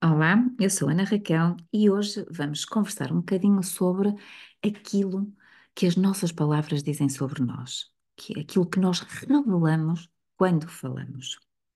Olá, eu sou Ana Raquel e hoje vamos conversar um bocadinho sobre aquilo que as nossas palavras dizem sobre nós, que é aquilo que nós revelamos quando falamos.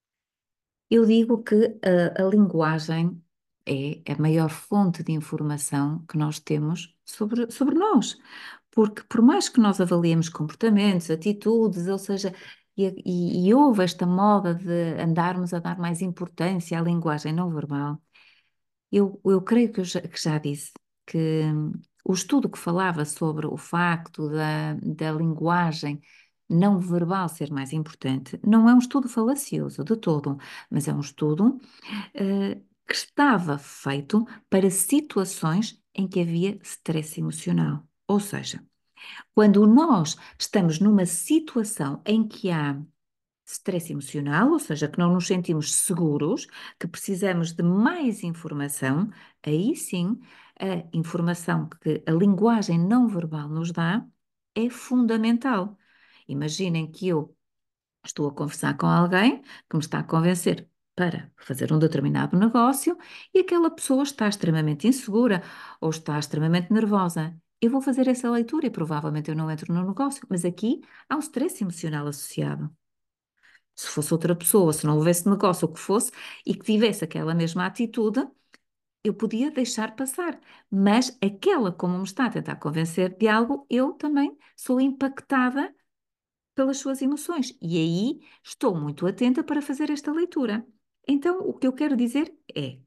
Eu digo que a linguagem é a maior fonte de informação que nós temos sobre nós, porque por mais que nós avaliemos comportamentos, atitudes, ou seja, e houve esta moda de andarmos a dar mais importância à linguagem não verbal. Eu creio que já disse que o estudo que falava sobre o facto da linguagem não verbal ser mais importante não é um estudo falacioso de todo, mas é um estudo que estava feito para situações em que havia stress emocional. Ou seja, quando nós estamos numa situação em que há stress emocional, ou seja, que não nos sentimos seguros, que precisamos de mais informação, aí sim, a informação que a linguagem não verbal nos dá é fundamental. Imaginem que eu estou a conversar com alguém que me está a convencer para fazer um determinado negócio e aquela pessoa está extremamente insegura ou está extremamente nervosa. Eu vou fazer essa leitura e provavelmente eu não entro no negócio, mas aqui há um stress emocional associado. Se fosse outra pessoa, se não houvesse negócio, o que fosse, e que tivesse aquela mesma atitude, eu podia deixar passar. Mas aquela, como me está a tentar convencer de algo, eu também sou impactada pelas suas emoções. E aí estou muito atenta para fazer esta leitura. Então, o que eu quero dizer é: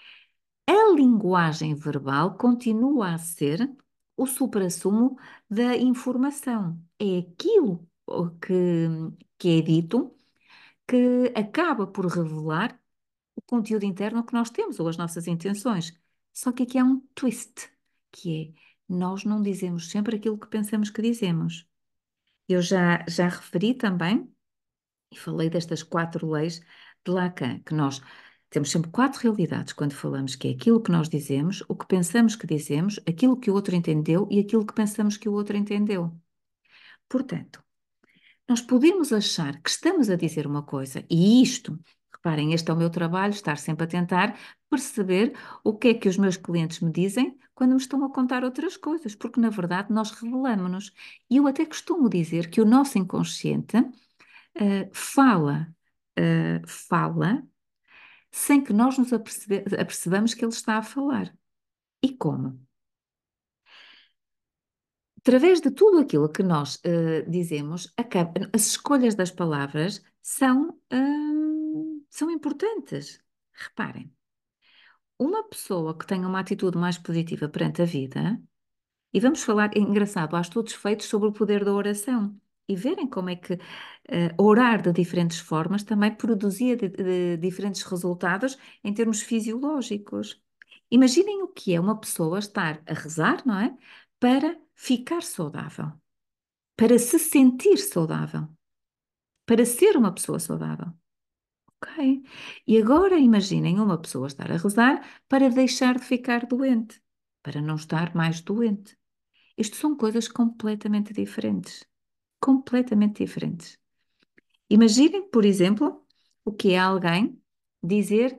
a linguagem verbal continua a ser o suprassumo da informação. É aquilo que é dito que acaba por revelar o conteúdo interno que nós temos ou as nossas intenções. Só que aqui há um twist, que é nós não dizemos sempre aquilo que pensamos que dizemos. Eu já referi também e falei destas quatro leis de Lacan, que nós temos sempre quatro realidades quando falamos, que é aquilo que nós dizemos, o que pensamos que dizemos, aquilo que o outro entendeu e aquilo que pensamos que o outro entendeu. Portanto, nós podemos achar que estamos a dizer uma coisa, e isto, reparem, este é o meu trabalho, estar sempre a tentar perceber o que é que os meus clientes me dizem quando me estão a contar outras coisas, porque na verdade nós revelamos-nos. E eu até costumo dizer que o nosso inconsciente fala sem que nós nos apercebamos que ele está a falar. E como? Através de tudo aquilo que nós dizemos, as escolhas das palavras são importantes. Reparem, uma pessoa que tenha uma atitude mais positiva perante a vida, e vamos falar, é engraçado, há estudos feitos sobre o poder da oração, e verem como é que orar de diferentes formas também produzia de diferentes resultados em termos fisiológicos. Imaginem o que é uma pessoa estar a rezar, não é? Para ficar saudável, para se sentir saudável, para ser uma pessoa saudável. Ok? E agora imaginem uma pessoa estar a rezar para deixar de ficar doente, para não estar mais doente. Isto são coisas completamente diferentes. Completamente diferentes. Imaginem, por exemplo, o que é alguém dizer,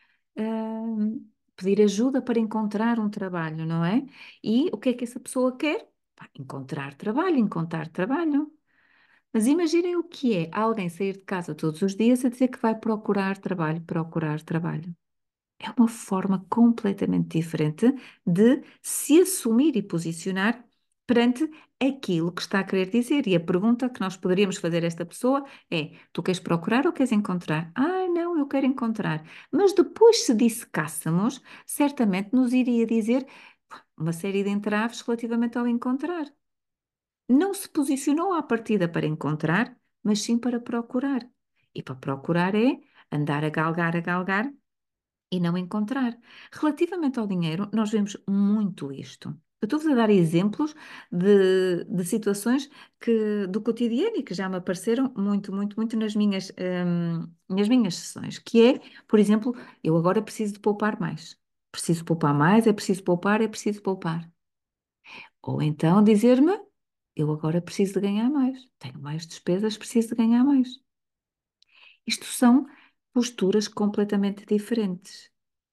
pedir ajuda para encontrar um trabalho, não é? E o que é que essa pessoa quer? Pá, encontrar trabalho, encontrar trabalho. Mas imaginem o que é alguém sair de casa todos os dias a dizer que vai procurar trabalho, procurar trabalho. É uma forma completamente diferente de se assumir e posicionar perante aquilo que está a querer dizer. E a pergunta que nós poderíamos fazer a esta pessoa é: tu queres procurar ou queres encontrar? Ah, não, eu quero encontrar. Mas depois, se dissecássemos, certamente nos iria dizer uma série de entraves relativamente ao encontrar. Não se posicionou à partida para encontrar, mas sim para procurar. E para procurar é andar a galgar e não encontrar. Relativamente ao dinheiro, nós vemos muito isto. Eu estou-vos a dar exemplos de situações do cotidiano e que já me apareceram muito, muito, muito nas minhas sessões, que é, por exemplo, eu agora preciso de poupar mais. Preciso poupar mais, é preciso poupar, é preciso poupar. Ou então dizer-me, eu agora preciso de ganhar mais. Tenho mais despesas, preciso de ganhar mais. Isto são posturas completamente diferentes.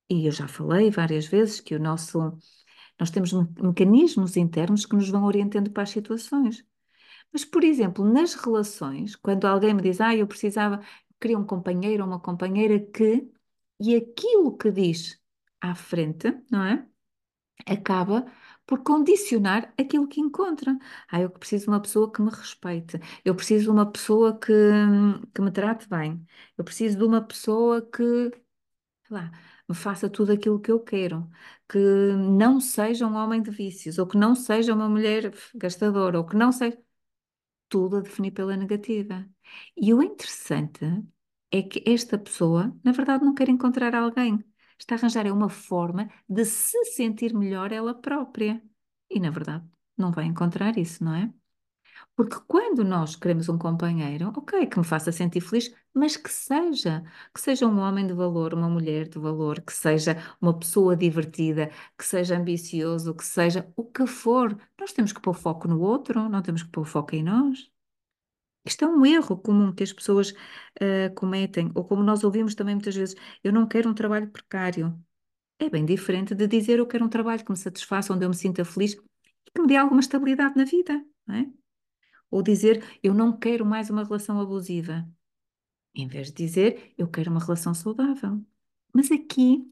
E eu já falei várias vezes que nós temos mecanismos internos que nos vão orientando para as situações. Mas, por exemplo, nas relações, quando alguém me diz, eu precisava, queria um companheiro ou uma companheira que, e aquilo que diz à frente, não é? Acaba por condicionar aquilo que encontra. Eu preciso de uma pessoa que me respeite, eu preciso de uma pessoa que me trate bem, eu preciso de uma pessoa que, sei lá, me faça tudo aquilo que eu quero, que não seja um homem de vícios, ou que não seja uma mulher gastadora, ou que não seja tudo a definir pela negativa. E o interessante é que esta pessoa, na verdade, não quer encontrar alguém. Está a arranjar uma forma de se sentir melhor ela própria. E, na verdade, não vai encontrar isso, não é? Porque quando nós queremos um companheiro, ok, que me faça sentir feliz, mas que seja um homem de valor, uma mulher de valor, que seja uma pessoa divertida, que seja ambicioso, que seja o que for. Nós temos que pôr foco no outro, não temos que pôr foco em nós. Isto é um erro comum que as pessoas cometem, ou como nós ouvimos também muitas vezes, eu não quero um trabalho precário. É bem diferente de dizer eu quero um trabalho que me satisfaça, onde eu me sinta feliz e que me dê alguma estabilidade na vida, não é? Ou dizer eu não quero mais uma relação abusiva, em vez de dizer eu quero uma relação saudável. Mas aqui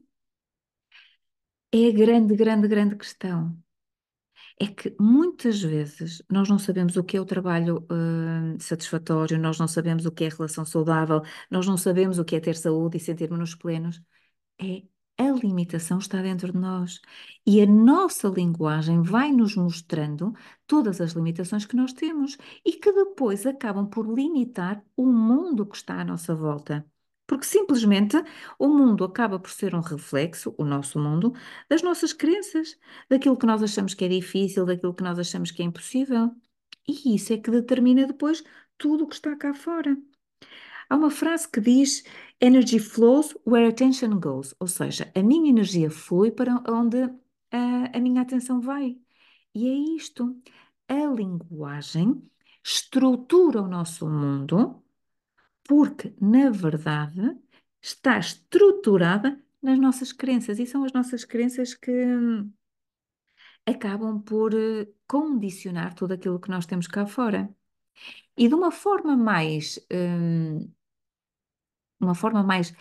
é a grande, grande, grande questão. É que muitas vezes nós não sabemos o que é o trabalho satisfatório, nós não sabemos o que é a relação saudável, nós não sabemos o que é ter saúde e sentirmos-nos plenos. É a limitação está dentro de nós. E a nossa linguagem vai nos mostrando todas as limitações que nós temos e que depois acabam por limitar o mundo que está à nossa volta. Porque simplesmente o mundo acaba por ser um reflexo, o nosso mundo, das nossas crenças, daquilo que nós achamos que é difícil, daquilo que nós achamos que é impossível. E isso é que determina depois tudo o que está cá fora. Há uma frase que diz: Energy flows where attention goes, ou seja, a minha energia flui para onde a minha atenção vai. E é isto. A linguagem estrutura o nosso mundo porque, na verdade, está estruturada nas nossas crenças e são as nossas crenças que acabam por condicionar tudo aquilo que nós temos cá fora. E de uma forma mais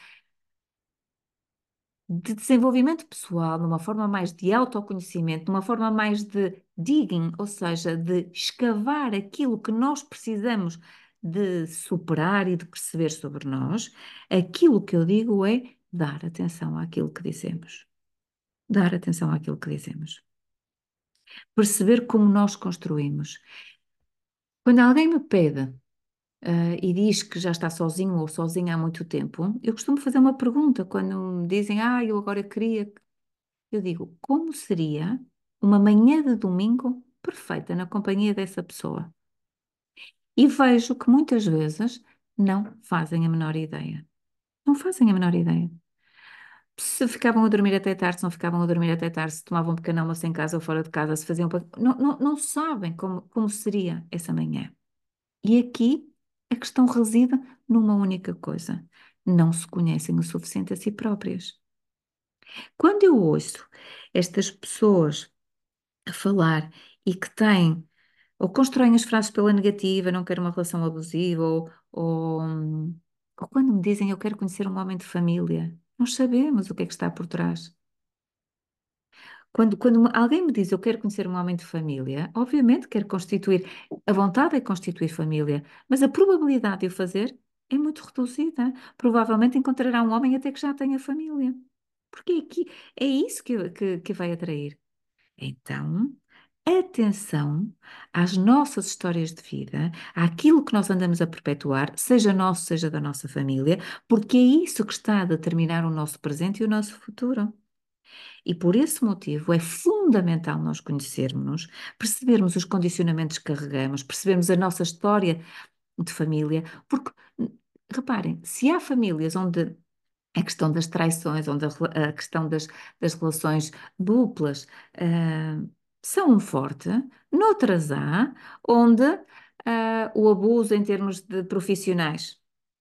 de desenvolvimento pessoal, numa forma mais de autoconhecimento, numa forma mais de digging, ou seja, de escavar aquilo que nós precisamos de superar e de perceber sobre nós, aquilo que eu digo é dar atenção àquilo que dizemos. Dar atenção àquilo que dizemos. Perceber como nós construímos. Quando alguém me pede, e diz que já está sozinho ou sozinha há muito tempo, eu costumo fazer uma pergunta quando me dizem, eu agora queria. Eu digo, como seria uma manhã de domingo perfeita na companhia dessa pessoa? E vejo que muitas vezes não fazem a menor ideia. Não fazem a menor ideia. Se ficavam a dormir até tarde, se não ficavam a dormir até tarde, se tomavam um pequeno almoço em casa ou fora de casa, se faziam. Não, não, não sabem como seria essa manhã. E aqui a questão reside numa única coisa: não se conhecem o suficiente a si próprias. Quando eu ouço estas pessoas a falar e que têm, ou constroem as frases pela negativa, não quero uma relação abusiva, ou quando me dizem eu quero conhecer um homem de família, nós sabemos o que é que está por trás. Quando alguém me diz eu quero conhecer um homem de família, obviamente quero constituir, a vontade é constituir família, mas a probabilidade de o fazer é muito reduzida. Provavelmente encontrará um homem até que já tenha família. Porque aqui é isso que vai atrair. Então, atenção às nossas histórias de vida, àquilo que nós andamos a perpetuar, seja nosso, seja da nossa família, porque é isso que está a determinar o nosso presente e o nosso futuro. E por esse motivo é fundamental nós conhecermos-nos, percebermos os condicionamentos que carregamos, percebermos a nossa história de família, porque, reparem, se há famílias onde a questão das traições, onde a questão das relações duplas são um forte, noutras há, onde o abuso em termos de profissionais.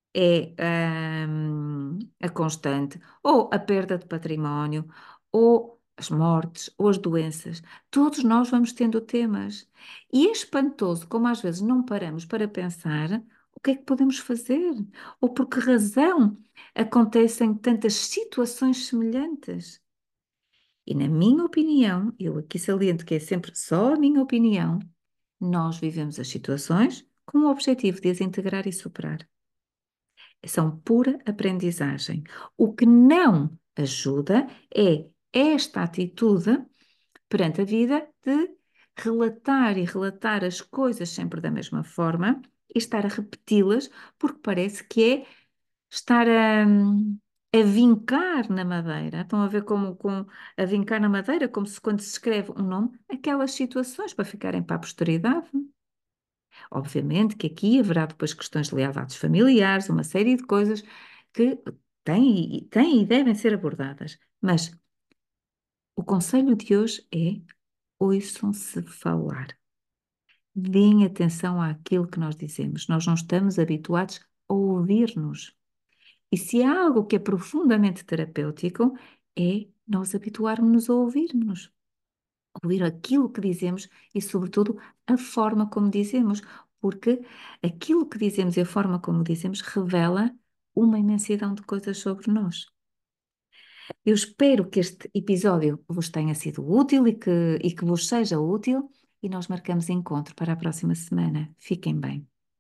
é a constante, ou a perda de património, ou as mortes, ou as doenças. Todos nós vamos tendo temas. E é espantoso como às vezes não paramos para pensar o que é que podemos fazer, ou por que razão acontecem tantas situações semelhantes. E na minha opinião, eu aqui saliento que é sempre só a minha opinião, nós vivemos as situações com o objetivo de as integrar e superar. São pura aprendizagem. O que não ajuda é esta atitude perante a vida de relatar e relatar as coisas sempre da mesma forma e estar a repeti-las, porque parece que é estar a vincar na madeira. Estão a ver como a vincar na madeira, como se quando se escreve um nome, aquelas situações para ficarem para a posteridade. Obviamente que aqui haverá depois questões de lealdades familiares, uma série de coisas que têm e devem ser abordadas. Mas o conselho de hoje é: ouçam-se falar. Deem atenção àquilo que nós dizemos. Nós não estamos habituados a ouvir-nos. E se há algo que é profundamente terapêutico, é nós habituarmos-nos a ouvir-nos. Ouvir aquilo que dizemos e, sobretudo, a forma como dizemos, porque aquilo que dizemos e a forma como dizemos revela uma imensidão de coisas sobre nós. Eu espero que este episódio vos tenha sido útil e que vos seja útil, e nós marcamos encontro para a próxima semana. Fiquem bem.